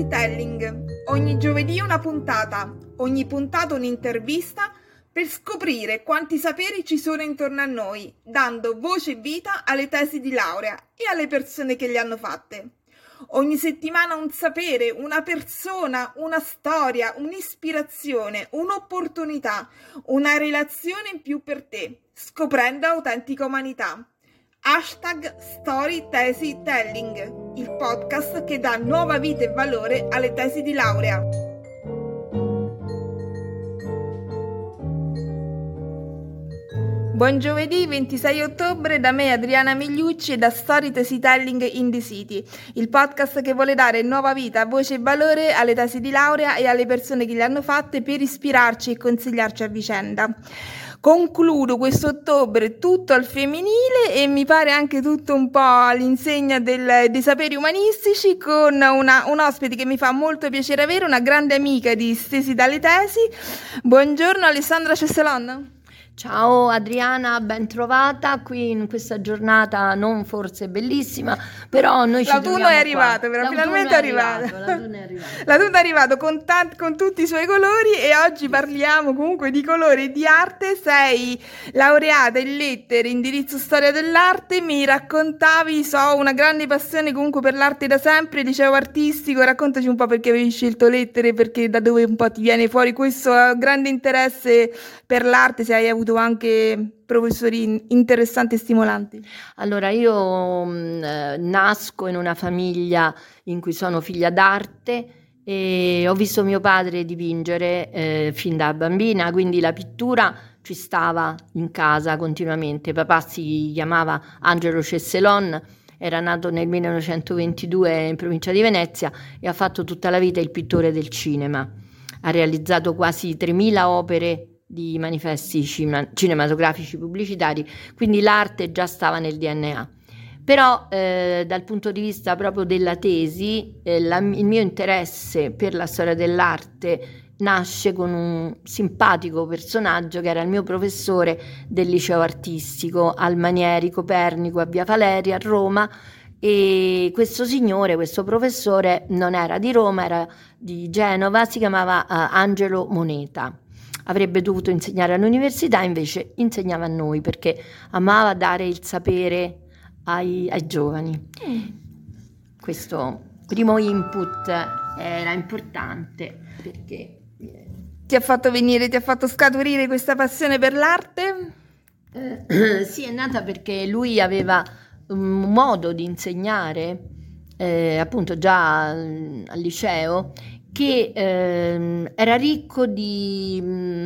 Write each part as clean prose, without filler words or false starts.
Storytelling. Ogni giovedì una puntata, ogni puntata un'intervista per scoprire quanti saperi ci sono intorno a noi, dando voce e vita alle tesi di laurea e alle persone che le hanno fatte. Ogni settimana un sapere, una persona, una storia, un'ispirazione, un'opportunità, una relazione in più per te, scoprendo autentica umanità. #StoryTesiTelling, il podcast che dà nuova vita e valore alle tesi di laurea. Buon giovedì 26 ottobre da me Adriana Migliucci e da Storytelling in the City, il podcast che vuole dare nuova vita, voce e valore alle tesi di laurea e alle persone che le hanno fatte per ispirarci e consigliarci a vicenda. Concludo questo ottobre tutto al femminile e mi pare anche tutto un po' all'insegna dei saperi umanistici con un ospite che mi fa molto piacere avere, una grande amica di Stesi dalle Tesi. Buongiorno Alessandra Cesselon. Ciao Adriana, ben trovata qui in questa giornata non forse bellissima, però noi ci troviamo L'autunno è arrivato, però finalmente è arrivato. L'autunno è arrivato con tutti i suoi colori e oggi parliamo comunque di colore e di arte. Sei laureata in lettere, indirizzo storia dell'arte, mi raccontavi, una grande passione comunque per l'arte da sempre, liceo artistico, raccontaci un po' perché avevi scelto lettere, perché da dove un po' ti viene fuori questo grande interesse per l'arte, se hai avuto anche professori interessanti e stimolanti. Allora, io nasco in una famiglia in cui sono figlia d'arte e ho visto mio padre dipingere fin da bambina, quindi la pittura ci stava in casa continuamente. Papà si chiamava Angelo Cesselon, era nato nel 1922 in provincia di Venezia e ha fatto tutta la vita il pittore del cinema. Ha realizzato quasi 3.000 opere di manifesti cinematografici pubblicitari, quindi l'arte già stava nel DNA. Però dal punto di vista proprio della tesi, il mio interesse per la storia dell'arte nasce con un simpatico personaggio che era il mio professore del liceo artistico al Manieri Copernico a Via Valeria a Roma. E questo signore, questo professore non era di Roma, era di Genova, si chiamava Angelo Moneta. Avrebbe dovuto insegnare all'università, invece insegnava a noi perché amava dare il sapere ai giovani. Questo primo input era importante perché ti ha fatto scaturire questa passione per l'arte? Sì, è nata perché lui aveva un modo di insegnare, appunto già al liceo, che era ricco di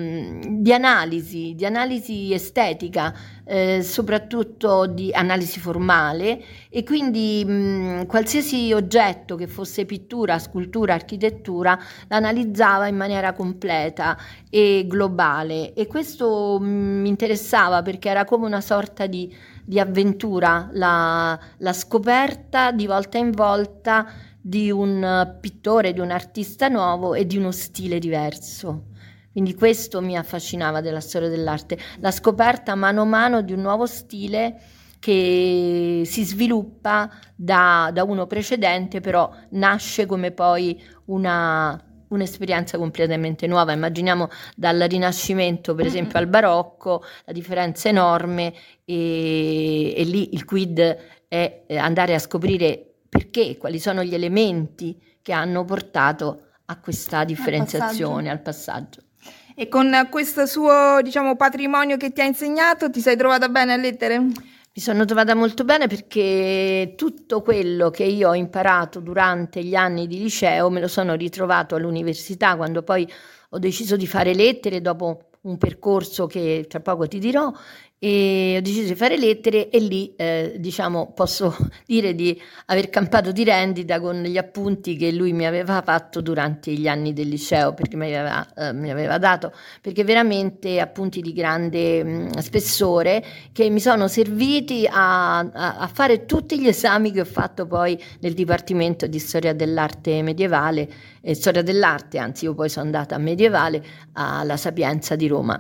analisi estetica, soprattutto di analisi formale, e quindi qualsiasi oggetto che fosse pittura, scultura, architettura l'analizzava in maniera completa e globale, e questo mi interessava perché era come una sorta di avventura, la scoperta di volta in volta di un pittore, di un artista nuovo e di uno stile diverso. Quindi questo mi affascinava della storia dell'arte, la scoperta mano a mano di un nuovo stile che si sviluppa da uno precedente, però nasce come poi un'esperienza completamente nuova. Immaginiamo dal Rinascimento per esempio al Barocco, la differenza enorme, e lì il quid è andare a scoprire perché, quali sono gli elementi che hanno portato a questa differenziazione, al passaggio. E con questo suo, patrimonio che ti ha insegnato, ti sei trovata bene a lettere? Mi sono trovata molto bene perché tutto quello che io ho imparato durante gli anni di liceo me lo sono ritrovato all'università, quando poi ho deciso di fare lettere dopo un percorso che tra poco ti dirò, e ho deciso di fare lettere, e lì posso dire di aver campato di rendita con gli appunti che lui mi aveva fatto durante gli anni del liceo, perché mi aveva dato, perché veramente appunti di grande spessore che mi sono serviti a fare tutti gli esami che ho fatto poi nel Dipartimento di Storia dell'Arte Medievale, storia dell'arte, anzi io poi sono andata a Medievale alla Sapienza di Roma.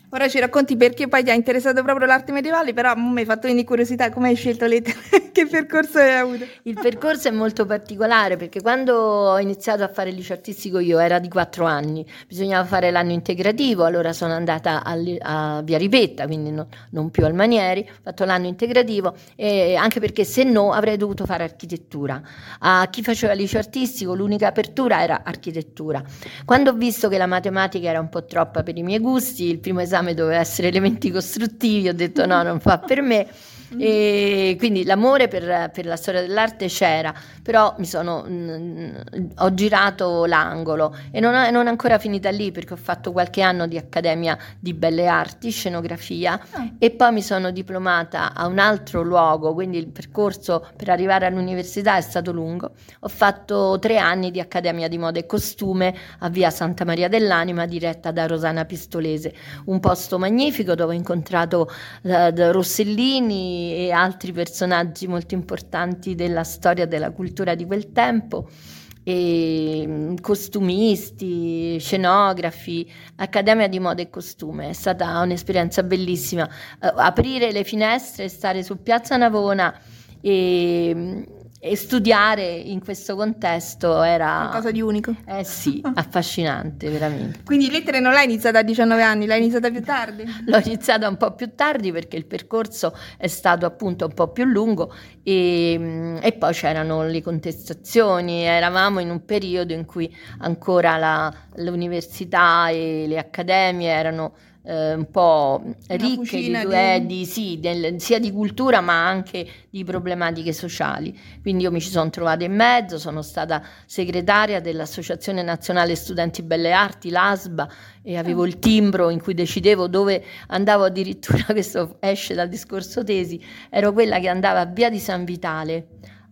Ora ci racconti perché poi ti ha interessato proprio l'arte medievale, però mi hai fatto venire curiosità, come hai scelto lettere? Che percorso hai avuto? Il percorso è molto particolare perché quando ho iniziato a fare il liceo artistico io era di 4 anni, bisognava fare l'anno integrativo, allora sono andata a Via Ripetta, quindi non più al Manieri, ho fatto l'anno integrativo, e anche perché se no avrei dovuto fare architettura. A chi faceva il liceo artistico l'unica apertura era architettura. Quando ho visto che la matematica era un po' troppa per i miei gusti, il primo esame doveva essere elementi costruttivi, ho detto no, non fa per me. E quindi l'amore per la storia dell'arte c'era, però ho girato l'angolo e non è ancora finita lì, perché ho fatto qualche anno di accademia di belle arti, scenografia, e poi mi sono diplomata a un altro luogo, quindi il percorso per arrivare all'università è stato lungo. Ho fatto 3 anni di accademia di moda e costume a via Santa Maria dell'Anima, diretta da Rosana Pistolese, un posto magnifico dove ho incontrato Rossellini e altri personaggi molto importanti della storia e della cultura di quel tempo, e costumisti, scenografi, accademia di moda e costume. È stata un'esperienza bellissima, aprire le finestre e stare su Piazza Navona e studiare in questo contesto era qualcosa di unico. Sì, affascinante veramente. Quindi lettere non l'hai iniziata a 19 anni, l'hai iniziata più tardi? L'ho iniziata un po' più tardi perché il percorso è stato appunto un po' più lungo e poi c'erano le contestazioni, eravamo in un periodo in cui ancora l'università e le accademie erano un po' ricche sia di cultura ma anche di problematiche sociali, quindi io mi ci sono trovata in mezzo, sono stata segretaria dell'Associazione Nazionale Studenti Belle Arti, l'ASBA, e avevo il timbro in cui decidevo dove andavo, addirittura questo esce dal discorso tesi, ero quella che andava a Via di San Vitale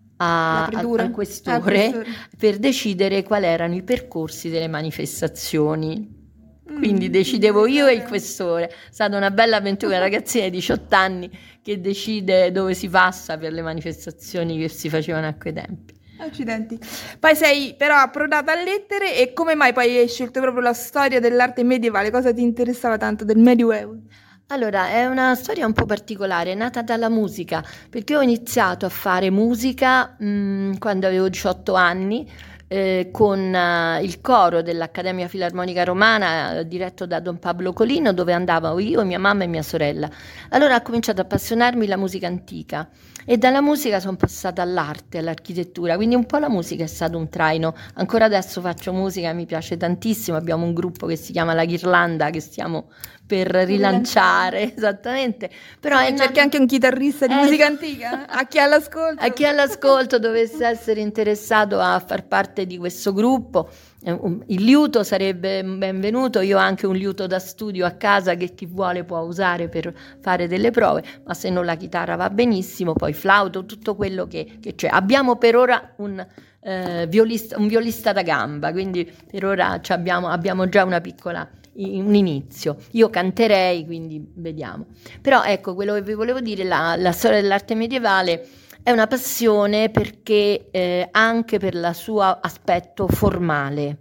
al questore per decidere quali erano i percorsi delle manifestazioni. Quindi decidevo io e il questore. È stata una bella avventura, una ragazzina di 18 anni che decide dove si passa per le manifestazioni che si facevano a quei tempi. Accidenti. Poi sei però approdata a lettere, e come mai poi hai scelto proprio la storia dell'arte medievale? Cosa ti interessava tanto del Medioevo? Allora, è una storia un po' particolare, è nata dalla musica, perché ho iniziato a fare musica quando avevo 18 anni, con il coro dell'Accademia Filarmonica Romana, diretto da Don Pablo Colino, dove andavo io, mia mamma e mia sorella. Allora ho cominciato a appassionarmi la musica antica e dalla musica sono passata all'arte, all'architettura, quindi un po' la musica è stato un traino. Ancora adesso faccio musica, mi piace tantissimo, abbiamo un gruppo che si chiama La Ghirlanda che stiamo per rilanciare, esattamente. Però cerchi anche un chitarrista di musica antica? A chi all'ascolto? A chi all'ascolto dovesse essere interessato a far parte di questo gruppo, il liuto sarebbe benvenuto. Io ho anche un liuto da studio a casa che chi vuole può usare per fare delle prove, ma se non la chitarra va benissimo, poi flauto, tutto quello che c'è. Abbiamo per ora un violista da gamba, quindi per ora abbiamo già un inizio. Io canterei, quindi vediamo. Però ecco, quello che vi volevo dire, la storia dell'arte medievale è una passione perché anche per il suo aspetto formale.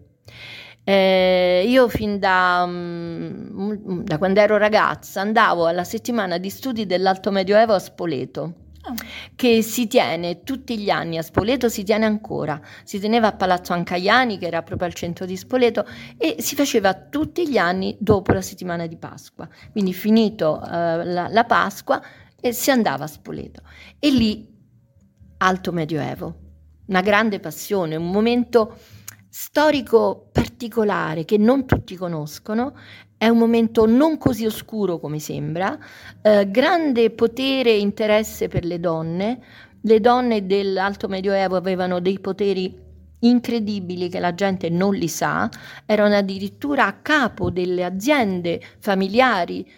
Io fin da quando ero ragazza andavo alla settimana di studi dell'Alto Medioevo a Spoleto, che si tiene tutti gli anni a Spoleto, si tiene ancora, si teneva a Palazzo Ancaiani, che era proprio al centro di Spoleto, e si faceva tutti gli anni dopo la settimana di Pasqua, quindi finito la Pasqua si andava a Spoleto, e lì Alto Medioevo, una grande passione, un momento storico particolare che non tutti conoscono. È un momento non così oscuro come sembra, grande potere e interesse per le donne. Le donne dell'Alto Medioevo avevano dei poteri incredibili che la gente non li sa, erano addirittura a capo delle aziende familiari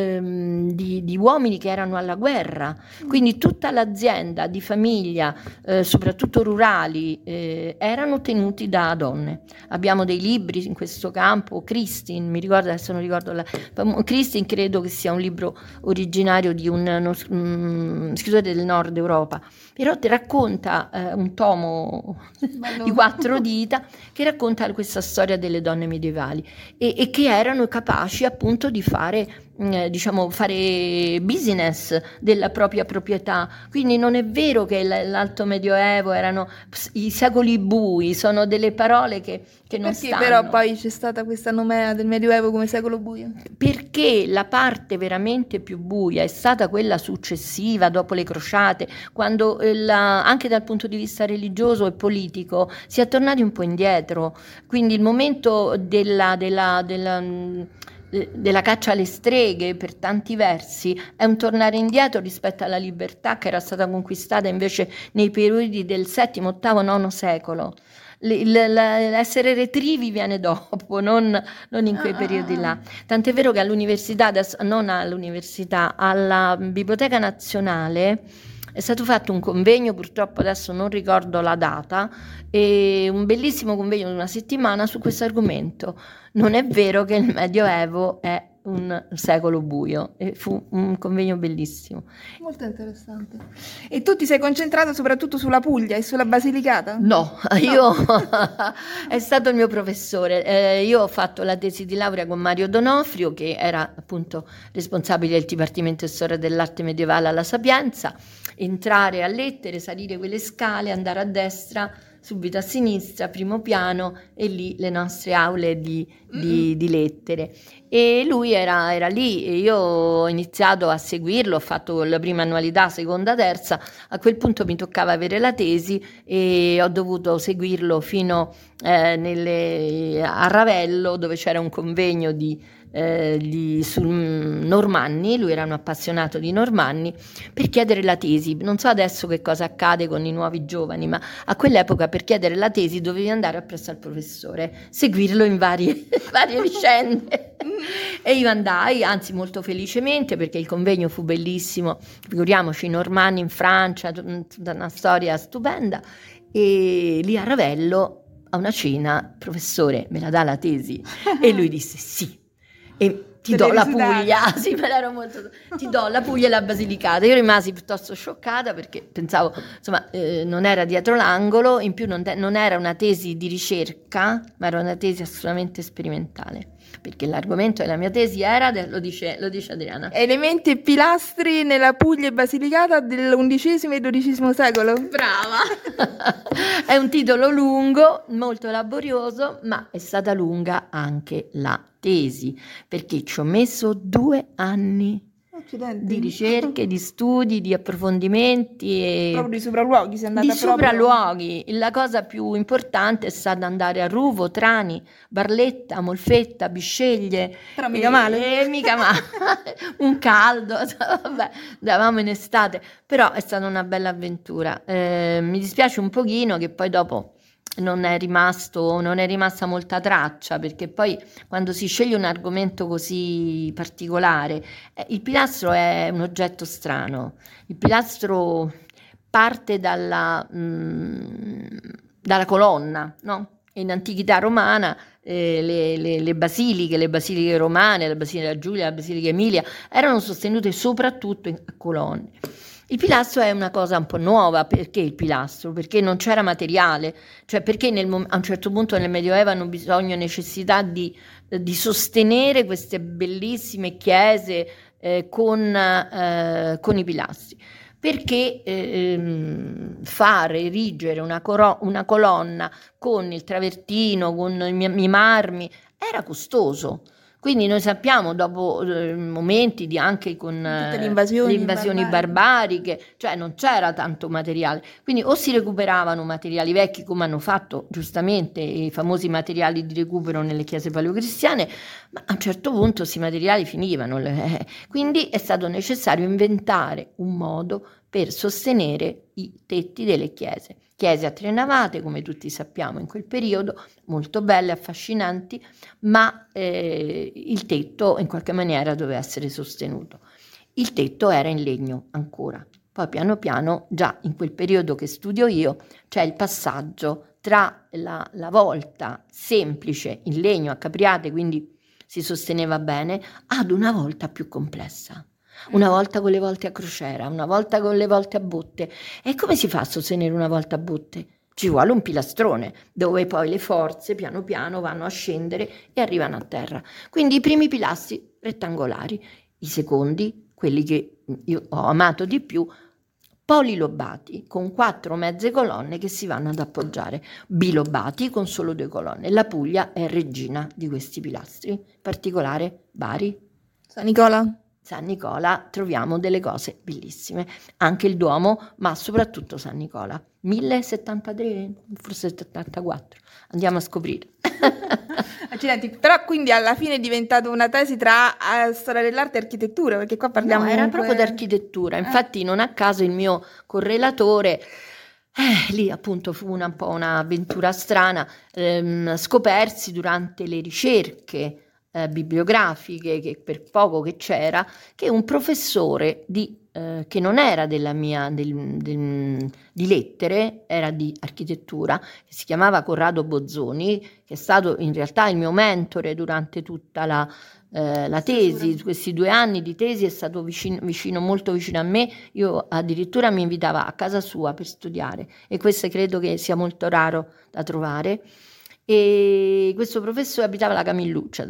di uomini che erano alla guerra, quindi tutta l'azienda di famiglia, soprattutto rurali, erano tenuti da donne. Abbiamo dei libri in questo campo. Christine, mi ricordo, adesso non ricordo Christine, credo che sia un libro originario di uno scrittore del nord Europa, però ti racconta un tomo di 4 dita che racconta questa storia delle donne medievali e che erano capaci appunto di fare diciamo, fare business della propria proprietà. Quindi non è vero che l'Alto Medioevo erano i secoli bui, sono delle parole che non Perché stanno. però poi c'è stata questa nomea del Medioevo come secolo buio? Perché la parte veramente più buia è stata quella successiva, dopo le crociate, quando anche dal punto di vista religioso e politico si è tornati un po' indietro. Quindi il momento della caccia alle streghe, per tanti versi, è un tornare indietro rispetto alla libertà che era stata conquistata invece nei periodi del VII, VIII, IX secolo. L'essere retrivi viene dopo, non in quei periodi là. Tant'è vero che all'università, non all'università, alla Biblioteca Nazionale è stato fatto un convegno, purtroppo adesso non ricordo la data, e un bellissimo convegno di una settimana su questo argomento. Non è vero che il Medioevo è un secolo buio, e fu un convegno bellissimo. Molto interessante. E tu ti sei concentrato soprattutto sulla Puglia e sulla Basilicata? No, io è stato il mio professore. Io ho fatto la tesi di laurea con Mario Donofrio, che era appunto responsabile del Dipartimento di Storia dell'Arte Medievale alla Sapienza. Entrare a Lettere, salire quelle scale, andare a destra, subito a sinistra, primo piano, e lì le nostre aule di lettere. E lui era lì, e io ho iniziato a seguirlo, ho fatto la prima annualità, seconda, terza. A quel punto mi toccava avere la tesi e ho dovuto seguirlo fino a Ravello, dove c'era un convegno su Normanni. Lui era un appassionato di Normanni, per chiedere la tesi. Non so adesso che cosa accade con i nuovi giovani, ma a quell'epoca per chiedere la tesi dovevi andare appresso al professore, seguirlo in varie vicende. E io andai, anzi molto felicemente, perché il convegno fu bellissimo. Figuriamoci, i Normanni in Francia, una storia stupenda. E lì a Ravello, a una cena, professore, me la dà la tesi? E lui disse sì. E ti do la Puglia, sì, me l'ero molto. Ti do la Puglia e la Basilicata. Io rimasi piuttosto scioccata, perché pensavo, insomma, non era dietro l'angolo, in più non era una tesi di ricerca, ma era una tesi assolutamente sperimentale, perché l'argomento della mia tesi era, lo dice Adriana, elementi e pilastri nella Puglia e Basilicata dell'undicesimo e XII secolo. Brava! È un titolo lungo, molto laborioso, ma è stata lunga anche la tesi, perché ci ho messo 2 anni di ricerche, di studi, di approfondimenti. Proprio di sopralluoghi, sei andata di sopralluoghi. La cosa più importante è stata andare a Ruvo, Trani, Barletta, Molfetta, Bisceglie. Però mica male. Mica male. Un caldo, vabbè, andavamo in estate, però è stata una bella avventura. Mi dispiace un pochino che poi dopo non è rimasta molta traccia, perché poi quando si sceglie un argomento così particolare, il pilastro è un oggetto strano. Il pilastro parte dalla colonna, no? In antichità romana le basiliche romane, la Basilica Giulia, la Basilica Emilia, erano sostenute soprattutto a colonne. Il pilastro è una cosa un po' nuova. Perché il pilastro? Perché non c'era materiale, cioè perché a un certo punto nel Medioevo hanno bisogno, necessità di sostenere queste bellissime chiese con i pilastri. Perché fare erigere una colonna con il travertino, con i marmi, era costoso. Quindi noi sappiamo, dopo momenti anche con le invasioni barbariche, cioè non c'era tanto materiale. Quindi o si recuperavano materiali vecchi, come hanno fatto giustamente i famosi materiali di recupero nelle chiese paleocristiane, ma a un certo punto questi materiali finivano. Quindi è stato necessario inventare un modo per sostenere i tetti delle chiese. Chiese a 3 navate, come tutti sappiamo in quel periodo, molto belle, affascinanti, ma il tetto in qualche maniera doveva essere sostenuto. Il tetto era in legno ancora. Poi piano piano, già in quel periodo che studio io, c'è il passaggio tra la volta semplice in legno a capriate, quindi si sosteneva bene, ad una volta più complessa. Una volta con le volte a crociera, una volta con le volte a botte. E come si fa a sostenere una volta a botte? Ci vuole un pilastrone, dove poi le forze piano piano vanno a scendere e arrivano a terra. Quindi i primi pilastri rettangolari. i secondi, quelli che io ho amato di più, polilobati con 4 mezze colonne che si vanno ad appoggiare, bilobati con solo 2 colonne. La Puglia è regina di questi pilastri, in particolare Bari, San Nicola. San Nicola, troviamo delle cose bellissime, anche il Duomo, ma soprattutto San Nicola. 1073, forse 74, andiamo a scoprire. Accidenti, però quindi alla fine è diventato una tesi tra storia dell'arte e architettura, perché qua parliamo No, era comunque... proprio d'architettura, infatti non a caso il mio correlatore, lì appunto fu un po' un'avventura strana, scopersi durante le ricerche bibliografiche, che per poco che c'era, che un professore che non era della mia, di lettere, era di architettura, che si chiamava Corrado Bozzoni, che è stato in realtà il mio mentore durante tutta la tesi, questi 2 anni di tesi, è stato molto vicino a me. Io addirittura mi invitava a casa sua per studiare, e questo credo che sia molto raro da trovare. E questo professore abitava la Camilluccia,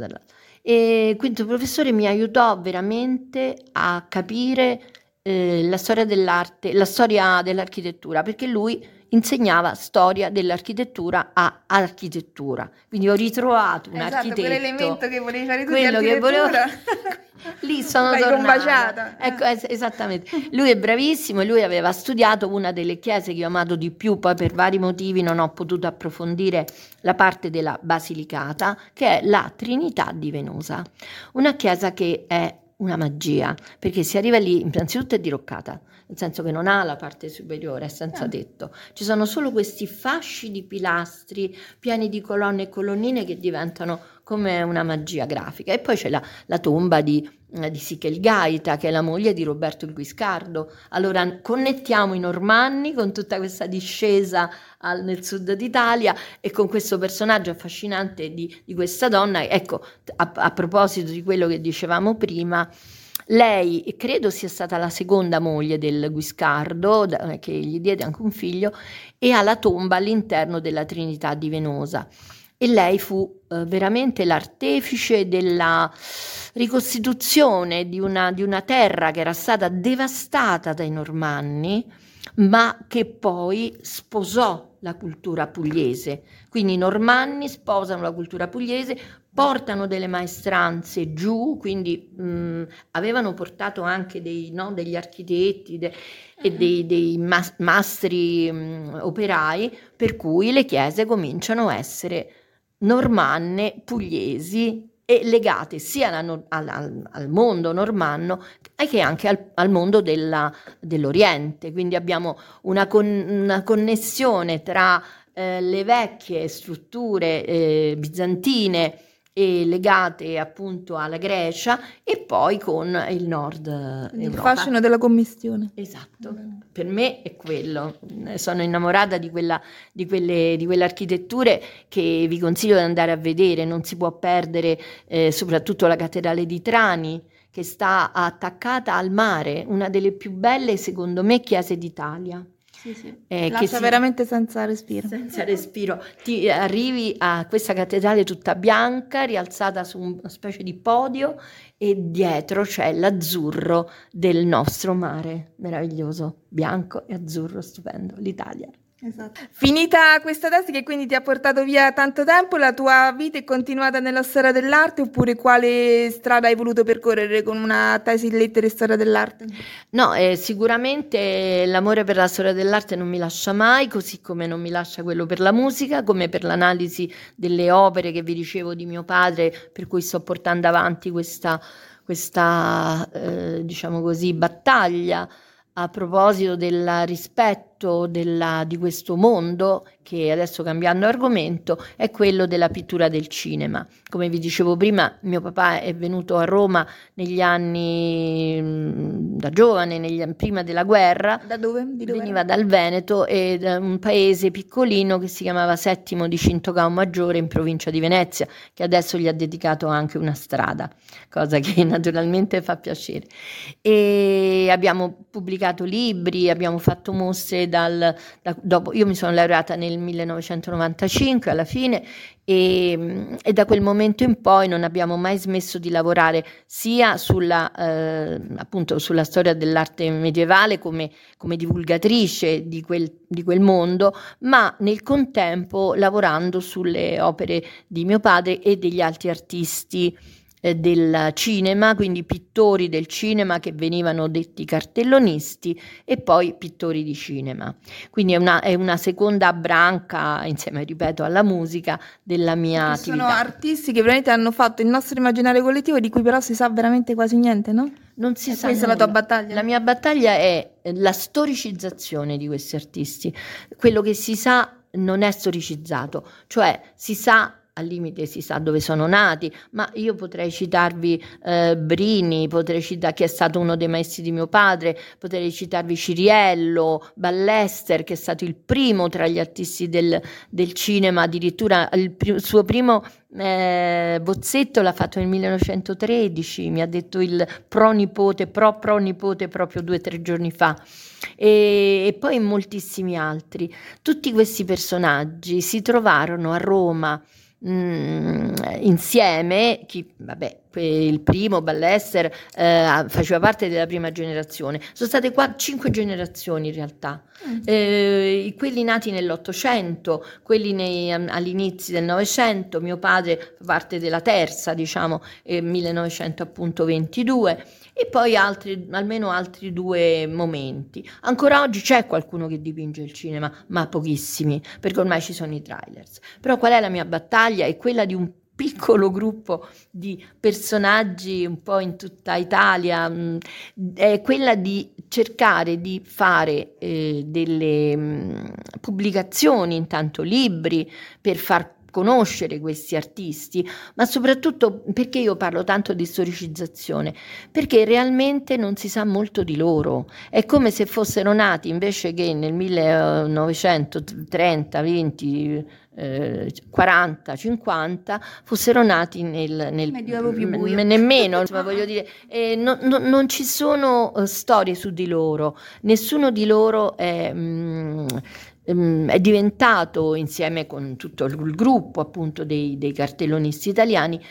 e quindi il professore mi aiutò veramente a capire la storia dell'arte, la storia dell'architettura, perché lui insegnava storia dell'architettura a architettura, quindi ho ritrovato un architetto, quell'elemento che volevi fare tu di quello che volevo architettura. lì sono L'hai tornata. combaciata. Ecco, esattamente, lui è bravissimo, e lui aveva studiato una delle chiese che io ho amato di più, poi per vari motivi non ho potuto approfondire la parte della Basilicata, che è la Trinità di Venosa, una chiesa che è una magia, perché si arriva lì, innanzitutto è diroccata, nel senso che non ha la parte superiore, è senza tetto, ci sono solo questi fasci di pilastri pieni di colonne e colonnine che diventano come una magia grafica. E poi c'è la tomba di Sichel Gaita, che è la moglie di Roberto il Guiscardo. Allora connettiamo i Normanni con tutta questa discesa nel sud d'Italia, e con questo personaggio affascinante di questa donna. Ecco, a proposito di quello che dicevamo prima, lei credo sia stata la seconda moglie del Guiscardo, che gli diede anche un figlio, e ha la tomba all'interno della Trinità di Venosa. E lei fu veramente l'artefice della ricostituzione di una terra che era stata devastata dai Normanni, ma che poi sposò la cultura pugliese. Quindi i Normanni sposano la cultura pugliese, portano delle maestranze giù, quindi avevano portato anche degli architetti e dei mastri operai, per cui le chiese cominciano a essere normanne, pugliesi, e legate sia al mondo normanno che anche al mondo dell'Oriente. Quindi abbiamo una connessione tra le vecchie strutture bizantine e legate appunto alla Grecia, e poi con il nord Europa. Il fascino della commistione. Esatto, per me è quello. Sono innamorata di quelle architetture che vi consiglio di andare a vedere. Non si può perdere soprattutto la cattedrale di Trani, che sta attaccata al mare, una delle più belle, secondo me, chiese d'Italia. Sì. Lascia veramente senza respiro. Senza respiro. Ti arrivi a questa cattedrale tutta bianca, rialzata su una specie di podio, e dietro c'è l'azzurro del nostro mare, meraviglioso, bianco e azzurro, stupendo, l'Italia. Esatto. Finita questa tesi, che quindi ti ha portato via tanto tempo, la tua vita è continuata nella storia dell'arte, oppure quale strada hai voluto percorrere con una tesi in lettere e storia dell'arte? No, sicuramente l'amore per la storia dell'arte non mi lascia mai, così come non mi lascia quello per la musica, come per l'analisi delle opere che vi dicevo di mio padre, per cui sto portando avanti questa diciamo così, battaglia a proposito del rispetto di questo mondo, che adesso, cambiando argomento, è quello della pittura del cinema. Come vi dicevo prima, mio papà è venuto a Roma negli anni da giovane, prima della guerra. Da dove? Veniva dal Veneto, e da un paese piccolino che si chiamava Settimo di Cintocao Maggiore, in provincia di Venezia, che adesso gli ha dedicato anche una strada, cosa che naturalmente fa piacere. E abbiamo pubblicato libri, abbiamo fatto mostre dopo. Io mi sono laureata nel 1995 alla fine, e da quel momento in poi non abbiamo mai smesso di lavorare sia appunto sulla storia dell'arte medievale come divulgatrice di quel mondo, ma nel contempo lavorando sulle opere di mio padre e degli altri artisti del cinema, quindi pittori del cinema che venivano detti cartellonisti e poi pittori di cinema. Quindi è una seconda branca, insieme, ripeto, alla musica, della mia attività. Sono artisti che veramente hanno fatto il nostro immaginario collettivo, di cui però si sa veramente quasi niente, no? Non si sa. Questa è la tua battaglia? La mia battaglia è la storicizzazione di questi artisti. Quello che si sa non è storicizzato, cioè si sa, al limite si sa dove sono nati, ma io potrei citarvi Brini, potrei citare che è stato uno dei maestri di mio padre, potrei citarvi Ciriello, Ballester, che è stato il primo tra gli artisti del cinema, addirittura il suo primo bozzetto l'ha fatto nel 1913, mi ha detto il pronipote proprio 2 o 3 giorni fa, e poi moltissimi altri. Tutti questi personaggi si trovarono a Roma insieme. Il primo, Ballester, faceva parte della prima generazione. Sono state 5 generazioni in realtà, quelli nati nell'800, quelli all'inizio del Novecento. Mio padre fa parte della terza, diciamo, 1922, e poi almeno altri 2 momenti. Ancora oggi c'è qualcuno che dipinge il cinema, ma pochissimi, perché ormai ci sono i trailers. Però qual è la mia battaglia? È quella di un piccolo gruppo di personaggi un po' in tutta Italia, è quella di cercare di fare delle pubblicazioni, intanto libri, per far conoscere questi artisti, ma soprattutto perché io parlo tanto di storicizzazione, perché realmente non si sa molto di loro. È come se fossero nati, invece che nel 1930, 20, 40, 50, fossero nati nel Medioevo più buio. Nemmeno, insomma, voglio dire, non ci sono storie su di loro. Nessuno di loro è diventato, insieme con tutto il gruppo appunto dei cartellonisti italiani,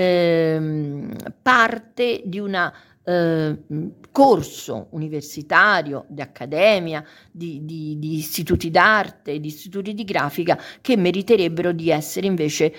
parte di una corso universitario, di accademia, di istituti d'arte, di istituti di grafica, che meriterebbero di essere invece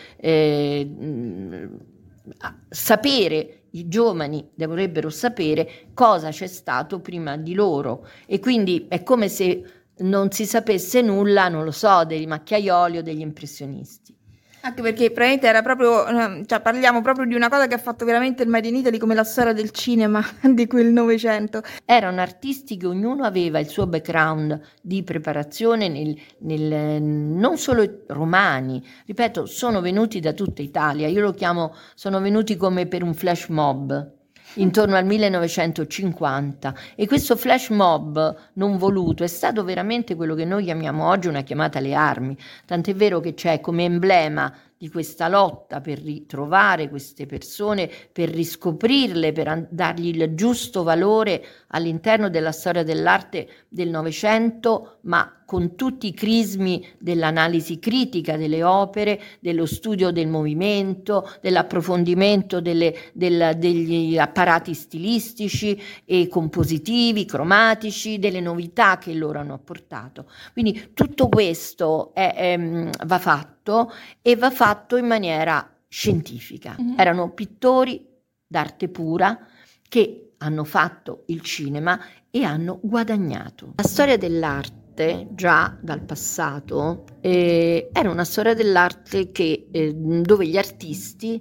sapere. I giovani dovrebbero sapere cosa c'è stato prima di loro, e quindi è come se non si sapesse nulla, non lo so, dei macchiaioli o degli impressionisti. Anche perché probabilmente era proprio, cioè parliamo proprio di una cosa che ha fatto veramente il Made in Italy, come la storia del cinema di quel Novecento. Erano artisti che ognuno aveva il suo background di preparazione, non solo romani, ripeto, sono venuti da tutta Italia. Io lo chiamo, sono venuti come per un flash mob intorno al 1950, e questo flash mob non voluto è stato veramente quello che noi chiamiamo oggi una chiamata alle armi, tant'è vero che c'è come emblema di questa lotta per ritrovare queste persone, per riscoprirle, per dargli il giusto valore all'interno della storia dell'arte del Novecento, ma con tutti i crismi dell'analisi critica delle opere, dello studio del movimento, dell'approfondimento degli apparati stilistici e compositivi, cromatici, delle novità che loro hanno apportato. Quindi tutto questo va fatto, e va fatto in maniera scientifica. Erano pittori d'arte pura che hanno fatto il cinema e hanno guadagnato. La storia dell'arte, già dal passato, era una storia dell'arte dove gli artisti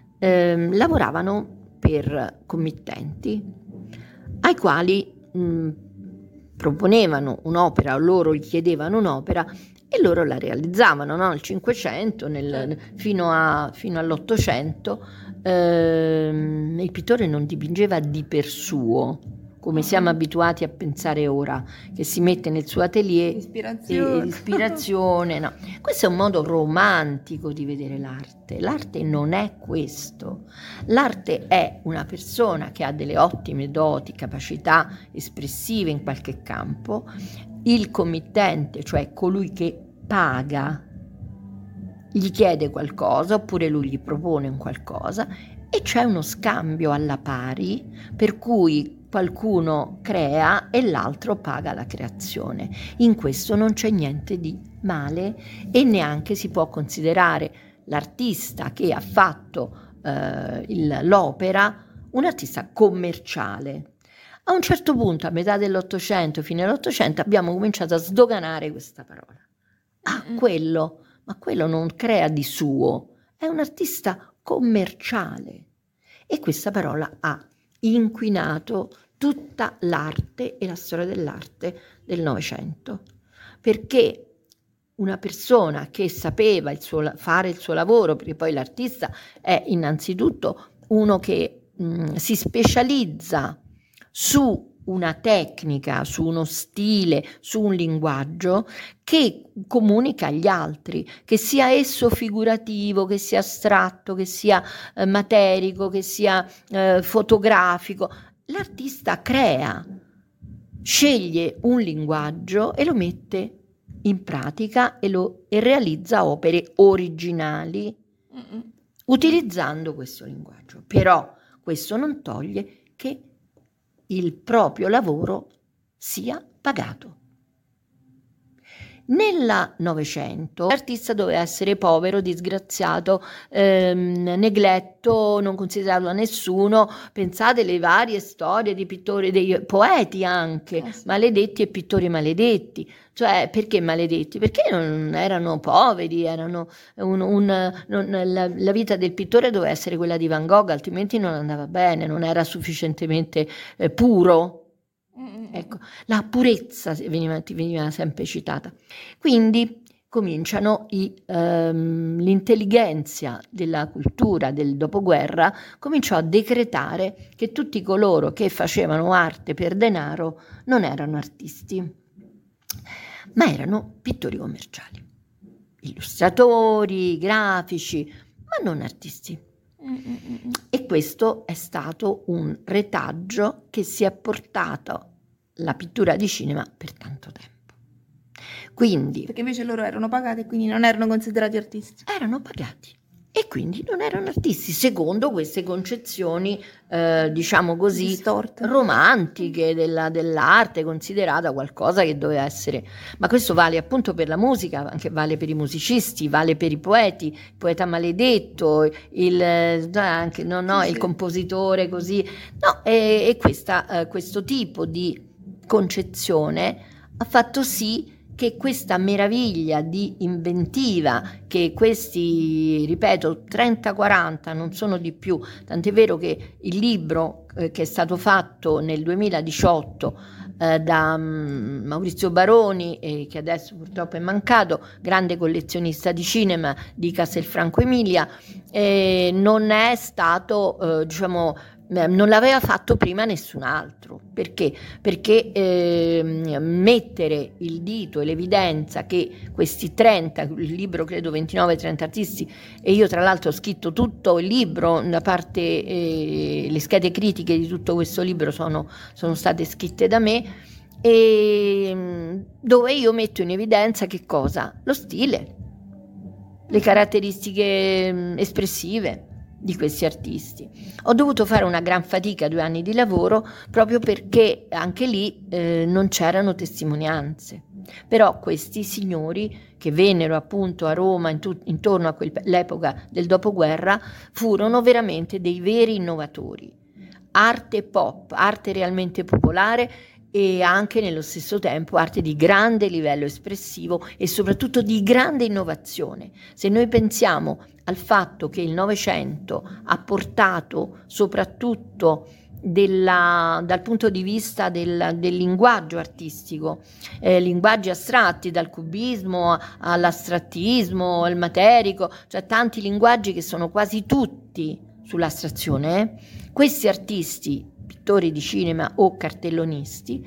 lavoravano per committenti ai quali proponevano un'opera, o loro gli chiedevano un'opera e loro la realizzavano, no? Nel 500, fino all'800 il pittore non dipingeva di per suo, come siamo abituati a pensare ora, che si mette nel suo atelier ispirazione. No. Questo è un modo romantico di vedere l'arte. L'arte non è questo. L'arte è una persona che ha delle ottime doti, capacità espressive in qualche campo, il committente, cioè colui che paga, gli chiede qualcosa oppure lui gli propone un qualcosa e c'è uno scambio alla pari per cui qualcuno crea e l'altro paga la creazione. In questo non c'è niente di male e neanche si può considerare l'artista che ha fatto l'opera un artista commerciale. A un certo punto, a metà dell'Ottocento, fine dell'Ottocento, abbiamo cominciato a sdoganare questa parola. Ma quello non crea di suo, è un artista commerciale. E questa parola ha inquinato tutta l'arte e la storia dell'arte del Novecento, perché una persona che sapeva fare il suo lavoro, perché poi l'artista è innanzitutto uno che si specializza su una tecnica, su uno stile, su un linguaggio che comunica agli altri, che sia esso figurativo, che sia astratto, che sia materico, che sia fotografico. L'artista crea, sceglie un linguaggio e lo mette in pratica e realizza opere originali utilizzando questo linguaggio. Però questo non toglie che il proprio lavoro sia pagato. Nel Novecento l'artista doveva essere povero, disgraziato, negletto, non considerato da nessuno. Pensate alle varie storie di pittori, dei poeti anche, maledetti e pittori maledetti. Cioè, perché maledetti? Perché non erano poveri, erano la vita del pittore doveva essere quella di Van Gogh, altrimenti non andava bene, non era sufficientemente puro. Ecco, la purezza veniva sempre citata. Quindi cominciano l'intelligenza della cultura del dopoguerra cominciò a decretare che tutti coloro che facevano arte per denaro non erano artisti, ma erano pittori commerciali, illustratori, grafici, ma non artisti. E questo è stato un retaggio che si è portato la pittura di cinema per tanto tempo. Quindi, perché invece loro erano pagati e quindi non erano considerati artisti. Erano pagati e quindi non erano artisti, secondo queste concezioni, diciamo così, distorte, romantiche dell'arte, considerata qualcosa che doveva essere. Ma questo vale appunto per la musica, anche vale per i musicisti, vale per i poeti, il poeta maledetto, il compositore così. No, e questo tipo di concezione ha fatto sì che questa meraviglia di inventiva, che questi, ripeto, 30-40 non sono di più, tant'è vero che il libro che è stato fatto nel 2018 da Maurizio Baroni, che adesso purtroppo è mancato, grande collezionista di cinema di Castelfranco Emilia, non è stato, non l'aveva fatto prima nessun altro. Perché? Perché mettere il dito e l'evidenza che questi 30, il libro credo 29-30 artisti, e io tra l'altro ho scritto tutto il libro, da parte le schede critiche di tutto questo libro sono state scritte da me, e dove io metto in evidenza che cosa? Lo stile, le caratteristiche espressive di questi artisti. Ho dovuto fare una gran fatica, 2 anni di lavoro, proprio perché anche lì non c'erano testimonianze. Però questi signori che vennero appunto a Roma intorno a quell'epoca del dopoguerra furono veramente dei veri innovatori. Arte pop, arte realmente popolare e anche nello stesso tempo arte di grande livello espressivo e soprattutto di grande innovazione. Se noi pensiamo al fatto che il Novecento ha portato soprattutto dal punto di vista del linguaggio artistico, linguaggi astratti, dal cubismo all'astrattismo, al materico, cioè tanti linguaggi che sono quasi tutti sull'astrazione, questi artisti, pittori di cinema o cartellonisti,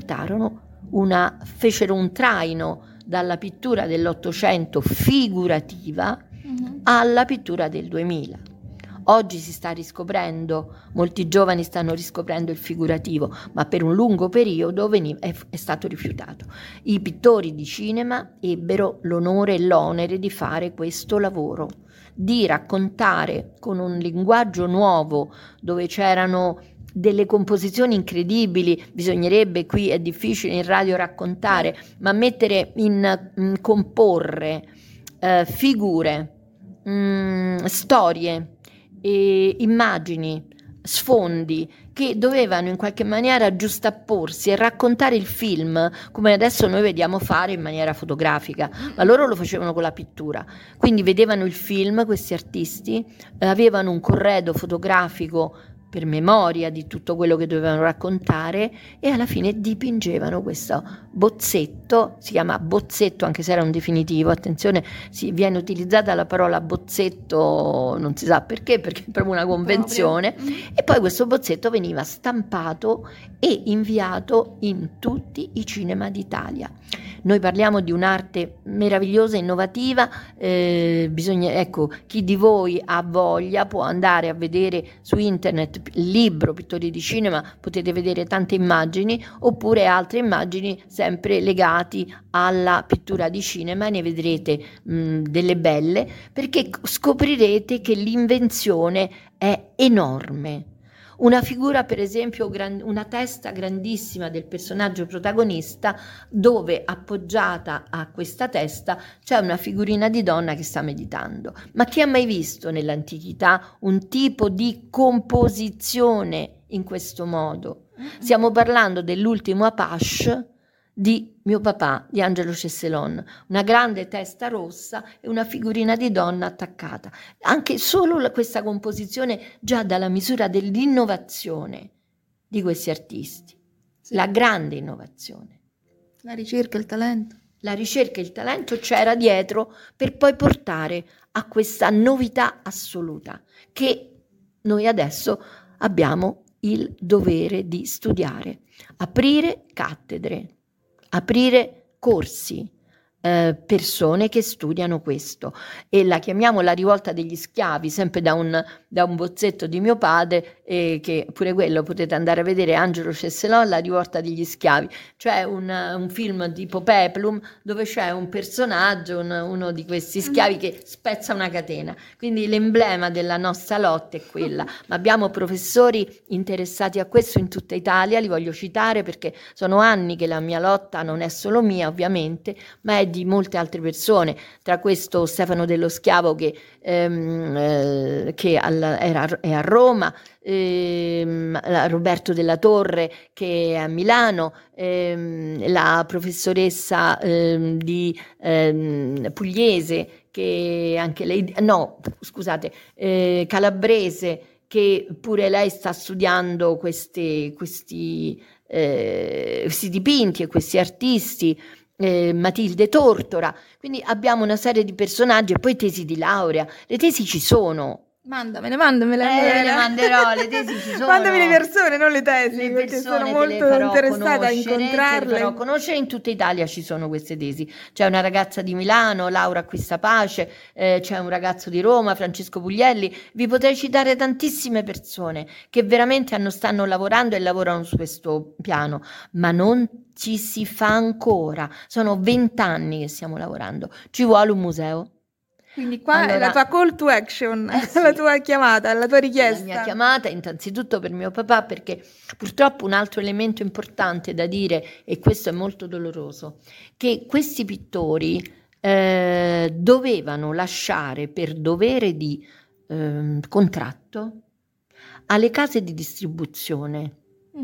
fecero un traino dalla pittura dell'Ottocento figurativa alla pittura del 2000. Oggi si sta riscoprendo, molti giovani stanno riscoprendo il figurativo, ma per un lungo periodo è stato rifiutato. I pittori di cinema ebbero l'onore e l'onere di fare questo lavoro, di raccontare con un linguaggio nuovo, dove c'erano delle composizioni incredibili. Bisognerebbe, qui è difficile in radio raccontare, ma mettere in comporre figure, storie, immagini, sfondi che dovevano in qualche maniera giustapporsi e raccontare il film come adesso noi vediamo fare in maniera fotografica, ma loro lo facevano con la pittura. Quindi vedevano il film, questi artisti, avevano un corredo fotografico per memoria di tutto quello che dovevano raccontare e alla fine dipingevano questo bozzetto. Si chiama bozzetto anche se era un definitivo, attenzione, viene utilizzata la parola bozzetto, non si sa perché è proprio una convenzione, e poi questo bozzetto veniva stampato e inviato in tutti i cinema d'Italia. Noi parliamo di un'arte meravigliosa, innovativa, ecco, chi di voi ha voglia può andare a vedere su internet il libro Pittori di cinema, potete vedere tante immagini oppure altre immagini sempre legati alla pittura di cinema, ne vedrete delle belle, perché scoprirete che l'invenzione è enorme. Una figura, per esempio, una testa grandissima del personaggio protagonista, dove appoggiata a questa testa c'è una figurina di donna che sta meditando. Ma chi ha mai visto nell'antichità un tipo di composizione in questo modo? Stiamo parlando dell'ultimo Apache di mio papà, di Angelo Cesselon, una grande testa rossa e una figurina di donna attaccata. Anche solo questa composizione già dalla misura dell'innovazione di questi artisti, sì. La grande innovazione. La ricerca, il talento. La ricerca e il talento c'era dietro per poi portare a questa novità assoluta che noi adesso abbiamo il dovere di studiare, aprire cattedre, aprire corsi, persone che studiano questo, e la chiamiamo la rivolta degli schiavi, sempre da un bozzetto di mio padre, che pure quello potete andare a vedere, Angelo Cesselon, la rivolta degli schiavi, cioè un film tipo Peplum dove c'è un personaggio, uno di questi schiavi che spezza una catena, quindi l'emblema della nostra lotta è quella. Ma abbiamo professori interessati a questo in tutta Italia, li voglio citare perché sono anni che la mia lotta non è solo mia ovviamente, ma è di molte altre persone, tra questo Stefano Dello Schiavo che è a Roma, Roberto Della Torre che è a Milano, la professoressa di Pugliese che anche lei, no scusate, Calabrese, che pure lei sta studiando questi dipinti e questi artisti, Matilde Tortora. Quindi abbiamo una serie di personaggi e poi tesi di laurea. Le tesi ci sono. Mandamele. Le manderò, le tesi ci sono. Mandami le persone, non le tesi, perché sono molto interessata a incontrarle. Le farò conoscere. In tutta Italia ci sono queste tesi. C'è una ragazza di Milano, Laura Acquistapace, c'è un ragazzo di Roma, Francesco Puglielli. Vi potrei citare tantissime persone che veramente stanno lavorando e lavorano su questo piano, ma non ci si fa ancora. Sono 20 anni che stiamo lavorando. Ci vuole un museo. Quindi qua allora, è la tua call to action, sì, la tua chiamata, la tua richiesta. La mia chiamata innanzitutto per mio papà, perché purtroppo un altro elemento importante da dire, e questo è molto doloroso, che questi pittori dovevano lasciare per dovere di contratto alle case di distribuzione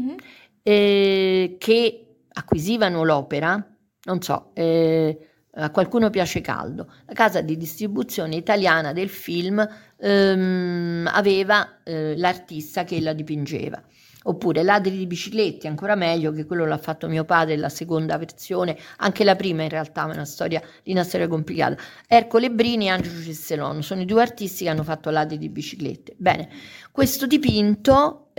che acquisivano l'opera, non so, a qualcuno piace caldo, la casa di distribuzione italiana del film aveva l'artista che la dipingeva, oppure Ladri di biciclette, ancora meglio, che quello l'ha fatto mio padre, la seconda versione, anche la prima in realtà è una storia complicata. Ercole Brini e Angelo Cesselon sono i due artisti che hanno fatto Ladri di biciclette. Bene, questo dipinto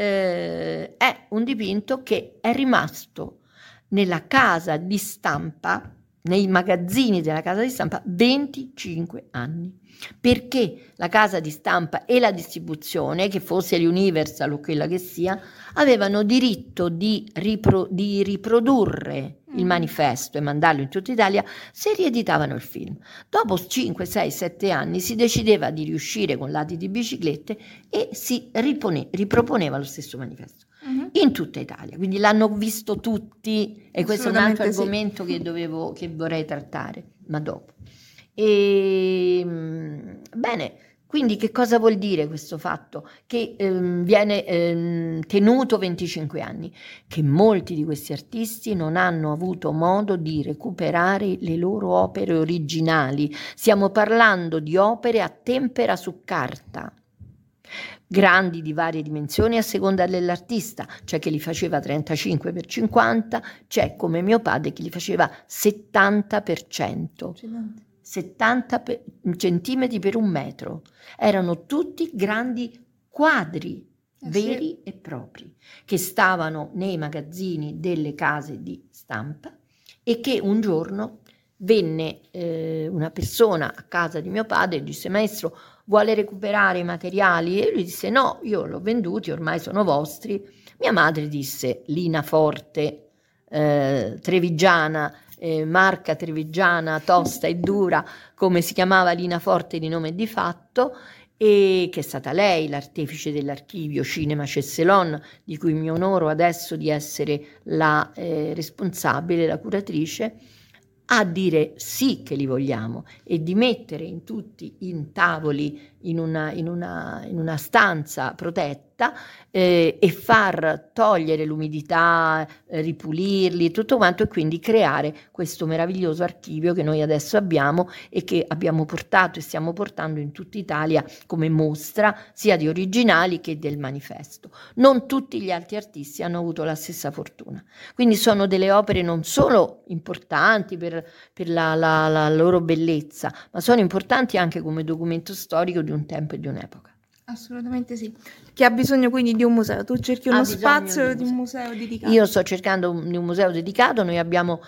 è un dipinto che è rimasto nella casa di stampa nei magazzini della casa di stampa 25 anni, perché la casa di stampa e la distribuzione, che fosse l'Universal o quella che sia, avevano diritto di riprodurre il manifesto e mandarlo in tutta Italia se rieditavano il film. Dopo 5, 6, 7 anni si decideva di riuscire con lati di biciclette e si riproponeva lo stesso manifesto in tutta Italia, quindi l'hanno visto tutti, e questo è un altro argomento che vorrei trattare, ma dopo. Bene, quindi che cosa vuol dire questo fatto? Che viene tenuto 25 anni, che molti di questi artisti non hanno avuto modo di recuperare le loro opere originali. Stiamo parlando di opere a tempera su carta, grandi di varie dimensioni a seconda dell'artista, c'è chi li faceva 35x50, c'è come mio padre che li faceva 70%. 70 centimetri per 1 metro. Erano tutti grandi quadri veri e propri che stavano nei magazzini delle case di stampa, e che un giorno venne una persona a casa di mio padre e disse: maestro, vuole recuperare i materiali? E lui disse: no, io l'ho venduti, ormai sono vostri. Mia madre disse: Lina Forte, trevigiana, marca trevigiana, tosta e dura, come si chiamava Lina Forte di nome e di fatto, e che è stata lei l'artefice dell'archivio Cinema Cesselon, di cui mi onoro adesso di essere la responsabile, la curatrice, a dire sì che li vogliamo, e di mettere in tutti in tavoli in una stanza protetta, e far togliere l'umidità, ripulirli, tutto quanto, e quindi creare questo meraviglioso archivio che noi adesso abbiamo e che abbiamo portato e stiamo portando in tutta Italia come mostra sia di originali che del manifesto. Non tutti gli altri artisti hanno avuto la stessa fortuna, quindi sono delle opere non solo importanti per la loro bellezza, ma sono importanti anche come documento storico di un tempo e di un'epoca. Assolutamente sì. Che ha bisogno quindi di un museo. Tu cerchi uno spazio di un museo dedicato. Io sto cercando un museo dedicato. Noi abbiamo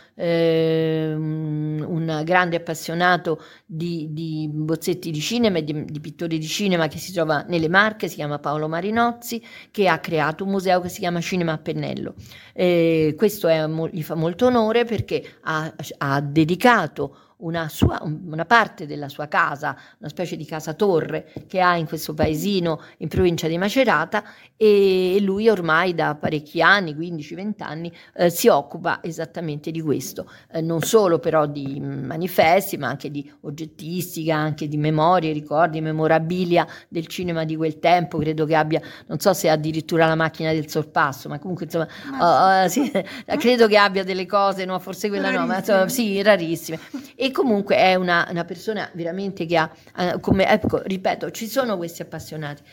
un grande appassionato di bozzetti di cinema e di pittori di cinema che si trova nelle Marche, si chiama Paolo Marinozzi, che ha creato un museo che si chiama Cinema a Pennello. Questo gli fa molto onore, perché ha dedicato una parte della sua casa, una specie di casa torre che ha in questo paesino in provincia di Macerata, e lui ormai da parecchi anni, 15-20 anni, si occupa esattamente di questo, non solo però di manifesti, ma anche di oggettistica, anche di memorie, ricordi, memorabilia del cinema di quel tempo. Credo che abbia, non so se addirittura la macchina del sorpasso, ma comunque insomma sì, credo che abbia delle cose, no, forse quella no, ma insomma, sì, rarissime. E comunque è una persona veramente che ha, come, ecco, ripeto, ci sono questi appassionati,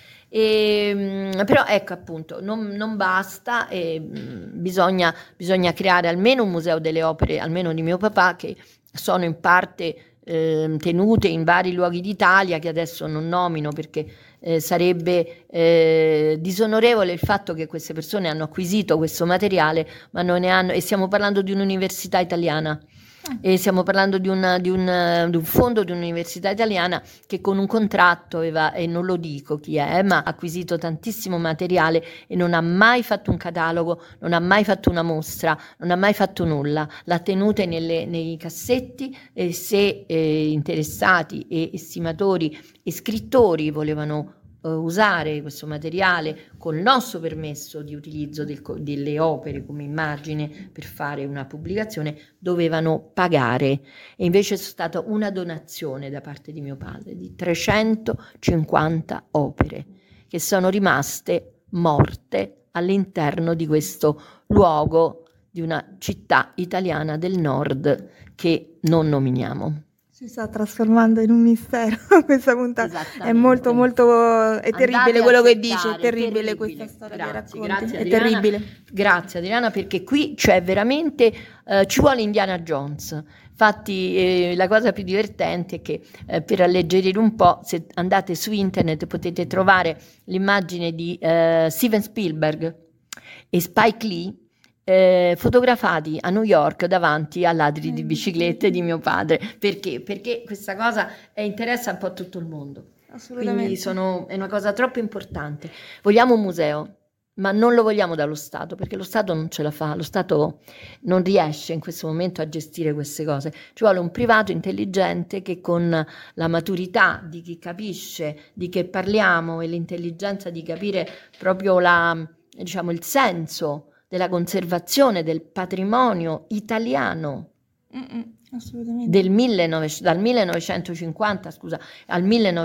però ecco, appunto, non basta, bisogna creare almeno un museo delle opere, almeno di mio papà, che sono in parte tenute in vari luoghi d'Italia, che adesso non nomino perché sarebbe disonorevole il fatto che queste persone hanno acquisito questo materiale, ma non ne hanno, e stiamo parlando di un'università italiana. E stiamo parlando di un fondo di un'università italiana che con un contratto aveva, e non lo dico chi è, ma ha acquisito tantissimo materiale e non ha mai fatto un catalogo, non ha mai fatto una mostra, non ha mai fatto nulla, l'ha tenuta nei cassetti, e se interessati e estimatori e scrittori volevano usare questo materiale con il nostro permesso di utilizzo delle opere come immagine per fare una pubblicazione, dovevano pagare, e invece è stata una donazione da parte di mio padre di 350 opere che sono rimaste morte all'interno di questo luogo di una città italiana del nord che non nominiamo. Si sta trasformando in un mistero questa puntata. È molto è terribile quello che dice, è terribile questa storia che racconti. Grazie, è Adriana, terribile. Grazie Adriana, perché qui c'è veramente, ci vuole Indiana Jones. Infatti la cosa più divertente è che per alleggerire un po', se andate su internet potete trovare l'immagine di Steven Spielberg e Spike Lee fotografati a New York davanti a ladri di biciclette di mio padre. Perché? Perché questa cosa interessa un po' a tutto il mondo. Quindi è una cosa troppo importante. Vogliamo un museo, ma non lo vogliamo dallo Stato, perché lo Stato non ce la fa, lo Stato non riesce in questo momento a gestire queste cose. Ci vuole un privato intelligente che, con la maturità di chi capisce di che parliamo e l'intelligenza di capire proprio il senso della conservazione del patrimonio italiano dal 1950 al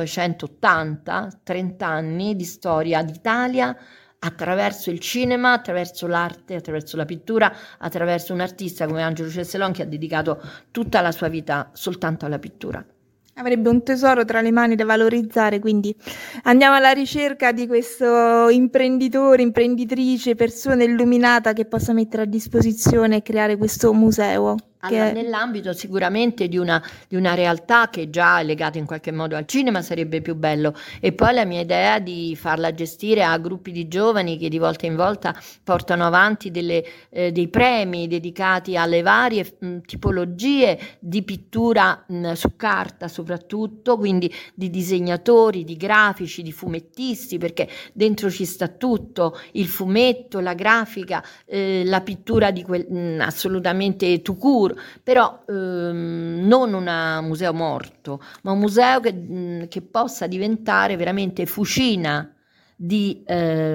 1980, 30 anni di storia d'Italia, attraverso il cinema, attraverso l'arte, attraverso la pittura, attraverso un artista come Angelo Cesselon che ha dedicato tutta la sua vita soltanto alla pittura. Avrebbe un tesoro tra le mani da valorizzare, quindi andiamo alla ricerca di questo imprenditore, imprenditrice, persona illuminata che possa mettere a disposizione e creare questo museo. Nell'ambito sicuramente di una realtà che già è legata in qualche modo al cinema sarebbe più bello, e poi la mia idea di farla gestire a gruppi di giovani che di volta in volta portano avanti dei premi dedicati alle varie tipologie di pittura su carta soprattutto, quindi di disegnatori, di grafici, di fumettisti, perché dentro ci sta tutto, il fumetto, la grafica, la pittura assolutamente tout court, però non un museo morto, ma un museo che possa diventare veramente fucina di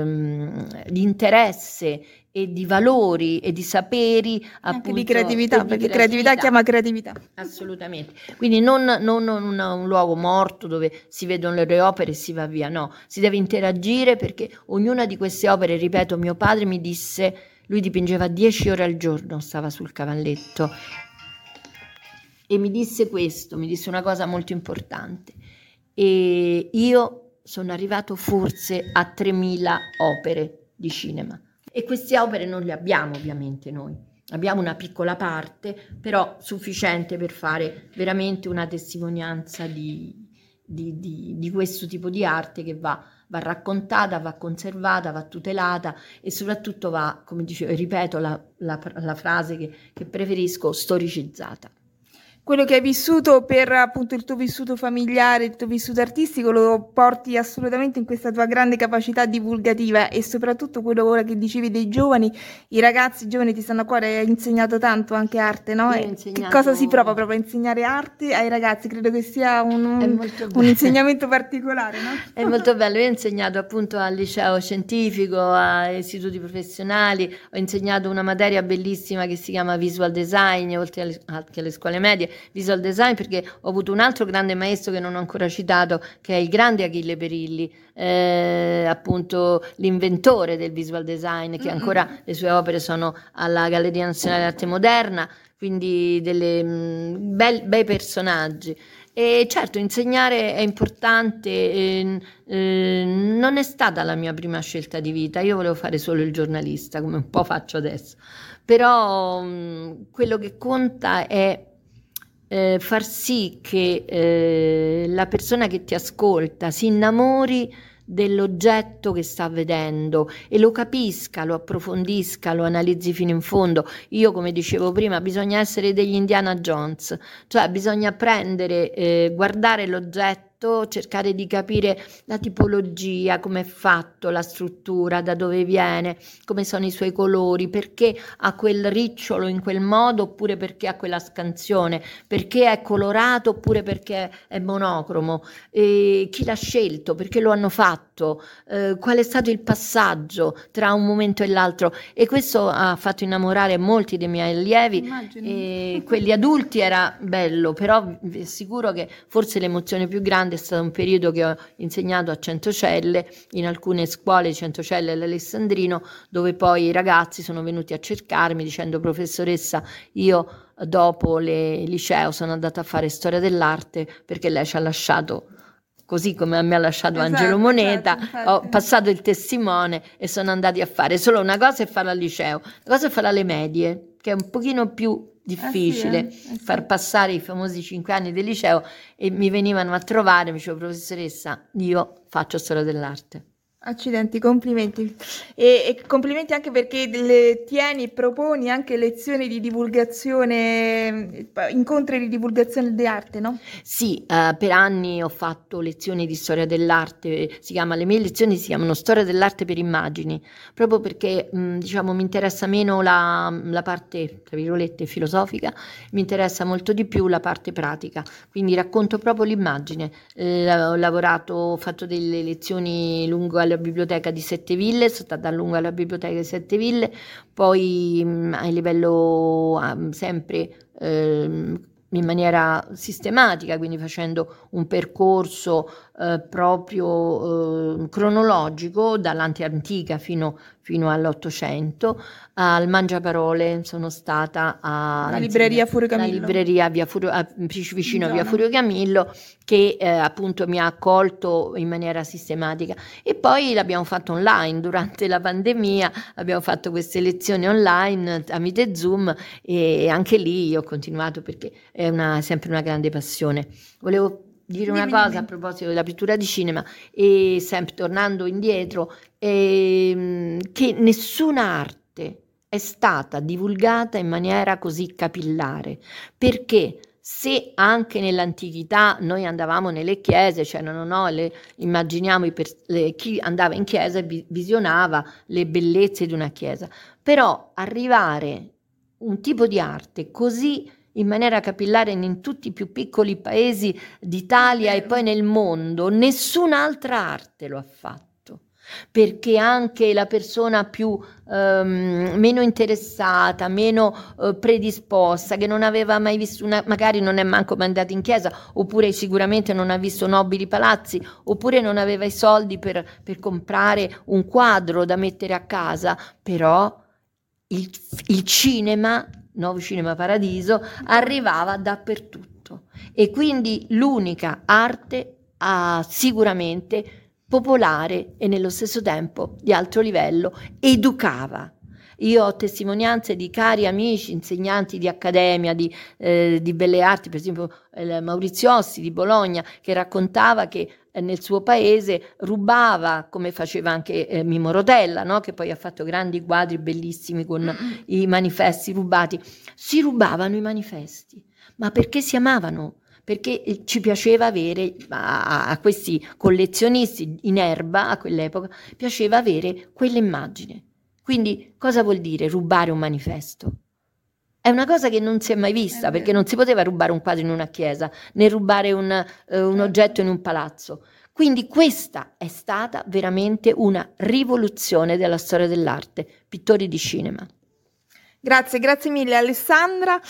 interesse e di valori e di saperi, anche di creatività, perché creatività chiama creatività. Assolutamente. Quindi non un luogo morto dove si vedono le opere e si va via, no, si deve interagire, perché ognuna di queste opere, ripeto, mio padre mi disse, lui dipingeva 10 ore al giorno, stava sul cavalletto, e mi disse una cosa molto importante, e io sono arrivato forse a 3.000 opere di cinema, e queste opere non le abbiamo ovviamente noi, abbiamo una piccola parte, però sufficiente per fare veramente una testimonianza di questo tipo di arte che va raccontata, va conservata, va tutelata, e soprattutto va, come dicevo, ripeto la frase che preferisco, storicizzata. Quello che hai vissuto per appunto il tuo vissuto familiare, il tuo vissuto artistico, lo porti assolutamente in questa tua grande capacità divulgativa, e soprattutto quello ora che dicevi dei giovani, i ragazzi i giovani ti stanno a cuore, hai insegnato tanto anche arte, no? Che cosa si prova proprio a insegnare arte ai ragazzi? Credo che sia un insegnamento particolare, no? È molto bello. Io ho insegnato appunto al liceo scientifico, a istituti professionali, ho insegnato una materia bellissima che si chiama visual design, oltre anche alle scuole medie, visual design, perché ho avuto un altro grande maestro che non ho ancora citato, che è il grande Achille Perilli, appunto l'inventore del visual design, che ancora le sue opere sono alla Galleria Nazionale d'Arte Moderna, quindi bei personaggi. E certo, insegnare è importante, non è stata la mia prima scelta di vita, io volevo fare solo il giornalista, come un po' faccio adesso, però quello che conta è far sì che la persona che ti ascolta si innamori dell'oggetto che sta vedendo e lo capisca, lo approfondisca, lo analizzi fino in fondo. Io, come dicevo prima, bisogna essere degli Indiana Jones, cioè bisogna prendere, guardare l'oggetto, cercare di capire la tipologia, come è fatto, la struttura, da dove viene, come sono i suoi colori, perché ha quel ricciolo in quel modo oppure perché ha quella scansione, perché è colorato oppure perché è monocromo, chi l'ha scelto, perché lo hanno fatto, qual è stato il passaggio tra un momento e l'altro, e questo ha fatto innamorare molti dei miei allievi. E quelli adulti era bello, però vi assicuro che forse l'emozione più grande è stato un periodo che ho insegnato a Centocelle, in alcune scuole, Centocelle e l'Alessandrino, dove poi i ragazzi sono venuti a cercarmi dicendo: professoressa, io dopo il liceo sono andata a fare storia dell'arte perché lei ci ha lasciato, così come mi ha lasciato Angelo Moneta, ho passato il testimone e sono andati a fare solo una cosa, è farla al liceo, una cosa è farla alle medie, che è un pochino più difficile, far passare i famosi 5 anni del liceo, e mi venivano a trovare, mi dicevo: professoressa, io faccio storia dell'arte. Accidenti, complimenti. E complimenti anche perché tieni e proponi anche lezioni di divulgazione, incontri di divulgazione di arte, no? Sì, per anni ho fatto lezioni di storia dell'arte, le mie lezioni si chiamano Storia dell'arte per immagini, proprio perché diciamo mi interessa meno la parte, tra virgolette, filosofica, mi interessa molto di più la parte pratica, quindi racconto proprio l'immagine. Ho fatto delle lezioni lungo alla biblioteca di Sette Ville, sono stata a lungo alla biblioteca di Sette Ville, poi a livello sempre in maniera sistematica, quindi facendo un percorso proprio cronologico dall'Ante Antica fino all'Ottocento. Al Mangiaparole sono stata La libreria Furio la Camillo. libreria vicino a via Furio Camillo, che appunto mi ha accolto in maniera sistematica, e poi l'abbiamo fatto online durante la pandemia, abbiamo fatto queste lezioni online tramite Zoom, e anche lì ho continuato perché è sempre una grande passione. Volevo dire una cosa a proposito della pittura di cinema, e sempre tornando indietro, che nessuna arte è stata divulgata in maniera così capillare, perché se anche nell'antichità noi andavamo nelle chiese, immaginiamo chi andava in chiesa e visionava le bellezze di una chiesa, però arrivare un tipo di arte così in maniera capillare in tutti i più piccoli paesi d'Italia e poi nel mondo, nessun'altra arte lo ha fatto. Perché anche la persona più meno interessata, meno predisposta, che non aveva mai visto magari non è manco mai andata in chiesa, oppure sicuramente non ha visto nobili palazzi, oppure non aveva i soldi per comprare un quadro da mettere a casa, però il cinema, Nuovo Cinema Paradiso, arrivava dappertutto, e quindi l'unica arte sicuramente popolare e nello stesso tempo di alto livello, educava. Io ho testimonianze di cari amici, insegnanti di accademia, di belle arti, per esempio Maurizio Ossi di Bologna, che raccontava che nel suo paese rubava, come faceva anche Mimo Rotella, no? Che poi ha fatto grandi quadri bellissimi con i manifesti rubati. Si rubavano i manifesti, ma perché si amavano? Perché ci piaceva avere, a questi collezionisti in erba a quell'epoca, piaceva avere quell'immagine. Quindi cosa vuol dire rubare un manifesto? È una cosa che non si è mai vista, perché non si poteva rubare un quadro in una chiesa, né rubare un oggetto in un palazzo. Quindi questa è stata veramente una rivoluzione della storia dell'arte, pittori di cinema. Grazie mille Alessandra,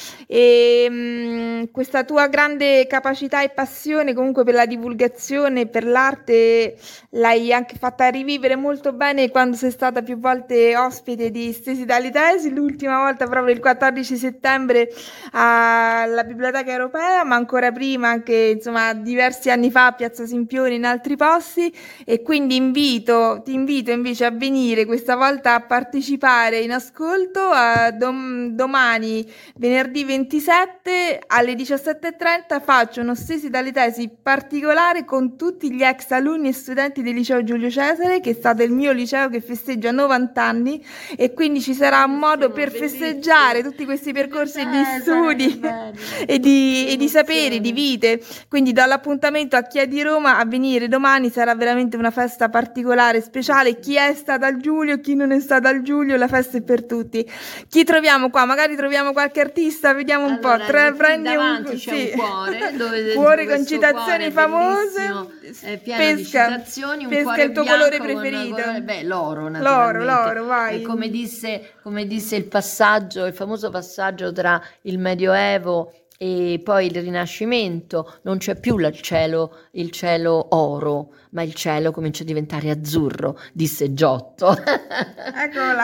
e questa tua grande capacità e passione comunque per la divulgazione, per l'arte, l'hai anche fatta rivivere molto bene quando sei stata più volte ospite di Stesi dalle Tesi, l'ultima volta proprio il 14 settembre alla Biblioteca Europea, ma ancora prima anche insomma diversi anni fa a Piazza Sempione, in altri posti, e quindi ti invito invece a venire questa volta a partecipare in ascolto a domani, venerdì 27 alle 17:30, faccio uno Stesi dalle Tesi particolare con tutti gli ex alunni e studenti del liceo Giulio Cesare, che è stato il mio liceo che festeggia 90 anni, e quindi ci sarà un modo per festeggiare tutti questi percorsi di studi e di saperi, di vite. Quindi do l'appuntamento a chi è di Roma a venire domani, sarà veramente una festa particolare, speciale. Chi è stato al Giulio, chi non è stato al Giulio, la festa è per tutti. Chi troviamo qua? Magari troviamo qualche artista, vediamo un po'. Prendi c'è un cuore, cuore con citazioni famose. Pieno di citazioni, un cuore il tuo colore preferito. L'oro, naturalmente. L'oro, vai. Come disse il famoso passaggio tra il Medioevo e poi il Rinascimento, non c'è più il cielo oro, ma il cielo comincia a diventare azzurro, disse Giotto. Eccola,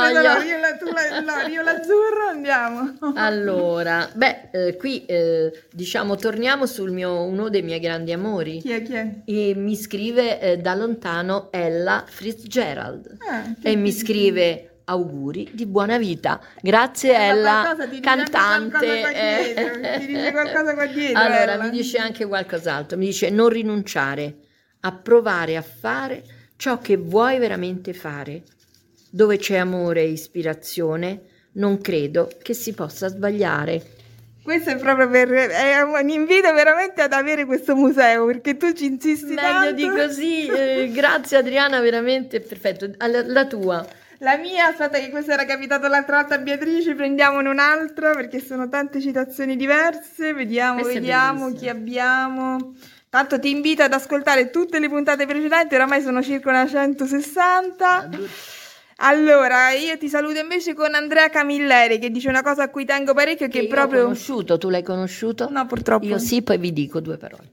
io l'azzurro, andiamo. Allora, qui diciamo torniamo uno dei miei grandi amori. Chi è? E mi scrive da lontano Ella Fitzgerald, e mi scrive auguri di buona vita. Grazie Ella, cantante. Ti dice qualcosa qua dietro. Allora, mi dice anche qualcos'altro. Mi dice non rinunciare, a provare a fare ciò che vuoi veramente fare. Dove c'è amore e ispirazione, non credo che si possa sbagliare. Questo è proprio è un invito veramente ad avere questo museo, perché tu ci insisti Meglio tanto. di così, grazie Adriana, veramente perfetto. La tua. La mia, aspetta che questo era capitato l'altra volta a Beatrice, prendiamone un altro perché sono tante citazioni diverse, vediamo chi abbiamo. Tanto ti invito ad ascoltare tutte le puntate precedenti, oramai sono circa una 160. Allora, io ti saluto invece con Andrea Camilleri che dice una cosa a cui tengo parecchio, che proprio... Io ho conosciuto, tu l'hai conosciuto? No, purtroppo. Io sì, poi vi dico 2 parole.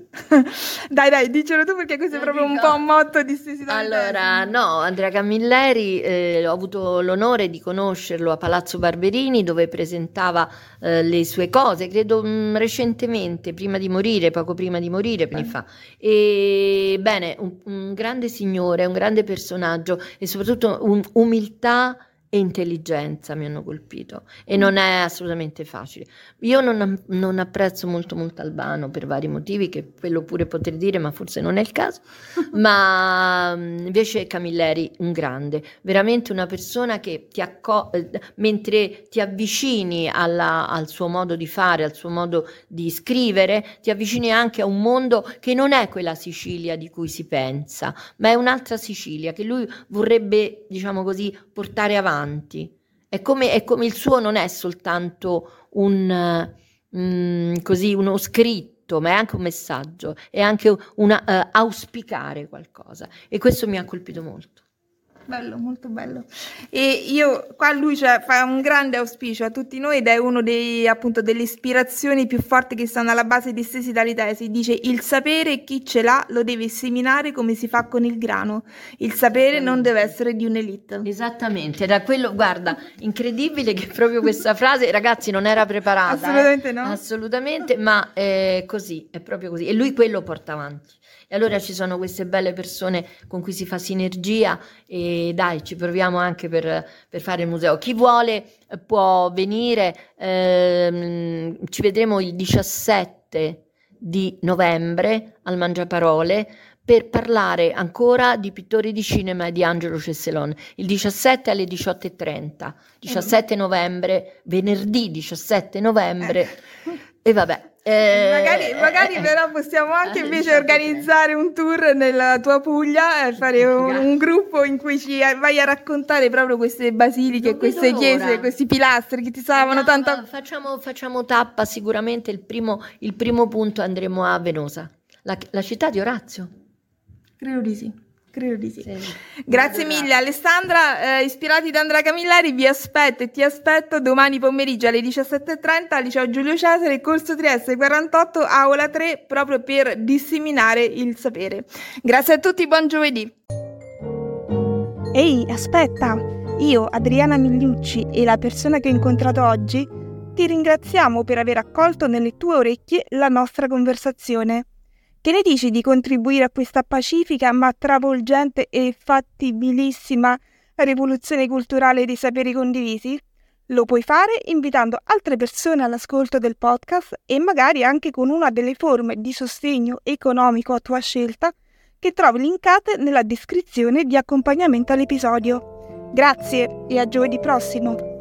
Dai, dicelo tu perché questo è proprio un po' un motto di stessi. Allora, no, Andrea Camilleri, ho avuto l'onore di conoscerlo a Palazzo Barberini, dove presentava le sue cose, credo recentemente, poco prima di morire, anni fa. E bene, un grande signore, un grande personaggio e soprattutto umiltà e intelligenza mi hanno colpito, e non è assolutamente facile. Io non apprezzo molto Albano per vari motivi, che quello pure potrei dire, ma forse non è il caso. Ma invece Camilleri, un grande, veramente una persona che mentre ti avvicini al suo modo di fare, al suo modo di scrivere, ti avvicini anche a un mondo che non è quella Sicilia di cui si pensa, ma è un'altra Sicilia che lui vorrebbe, diciamo così, portare avanti. È come il suo non è soltanto uno scritto, ma è anche un messaggio, è anche auspicare qualcosa, e questo mi ha colpito molto. Bello, molto bello. E io qua lui fa un grande auspicio a tutti noi ed è uno delle ispirazioni più forti che stanno alla base di Stesi dalle Tesi. Dice: il sapere chi ce l'ha lo deve seminare come si fa con il grano. Il sapere non deve essere di un'elite. Esattamente, era quello, guarda, incredibile che proprio questa frase, ragazzi, non era preparata. Assolutamente no. Assolutamente, ma è così, è proprio così. E lui quello porta avanti. E allora ci sono queste belle persone con cui si fa sinergia, e dai, ci proviamo anche per fare il museo. Chi vuole può venire, ci vedremo il 17 di novembre al Mangiaparole per parlare ancora di pittori di cinema e di Angelo Cesselon, il 17 alle 18:30, 17 novembre, venerdì 17 novembre, e vabbè. Magari però possiamo anche invece organizzare un tour nella tua Puglia e fare un gruppo in cui ci vai a raccontare proprio queste basiliche, queste chiese, questi pilastri che ti stavano tanto. Facciamo tappa, sicuramente il primo punto andremo a Venosa, la città di Orazio. Credo di sì. Sì. Grazie mille Alessandra, ispirati da Andrea Camilleri vi aspetto e ti aspetto domani pomeriggio alle 17:30 al liceo Giulio Cesare, corso Trieste 48, aula 3, proprio per disseminare il sapere. Grazie a tutti, buon giovedì. Ehi, aspetta, io, Adriana Migliucci, e la persona che ho incontrato oggi ti ringraziamo per aver accolto nelle tue orecchie la nostra conversazione. Che ne dici di contribuire a questa pacifica ma travolgente e fattibilissima rivoluzione culturale dei saperi condivisi? Lo puoi fare invitando altre persone all'ascolto del podcast e magari anche con una delle forme di sostegno economico a tua scelta che trovi linkate nella descrizione di accompagnamento all'episodio. Grazie e a giovedì prossimo!